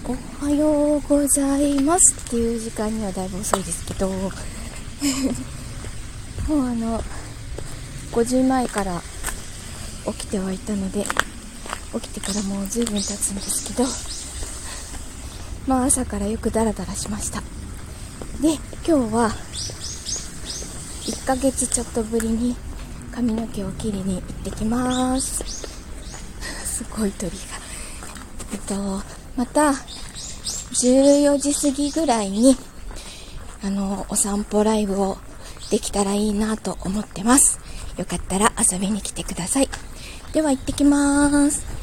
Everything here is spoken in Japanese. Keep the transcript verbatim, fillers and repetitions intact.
おはようございますっていう時間にはだいぶ遅いですけどもうあのごじまえから起きてはいたので、起きてからもう随分経つんですけど、まあ朝からよくダラダラしました。で、今日はいっかげつちょっとぶりに髪の毛を切りに行ってきます。すごい鳥が。えっとまたじゅうよじ過ぎぐらいにあのお散歩ライブをできたらいいなと思ってます。よかったら遊びに来てください。では行ってきます。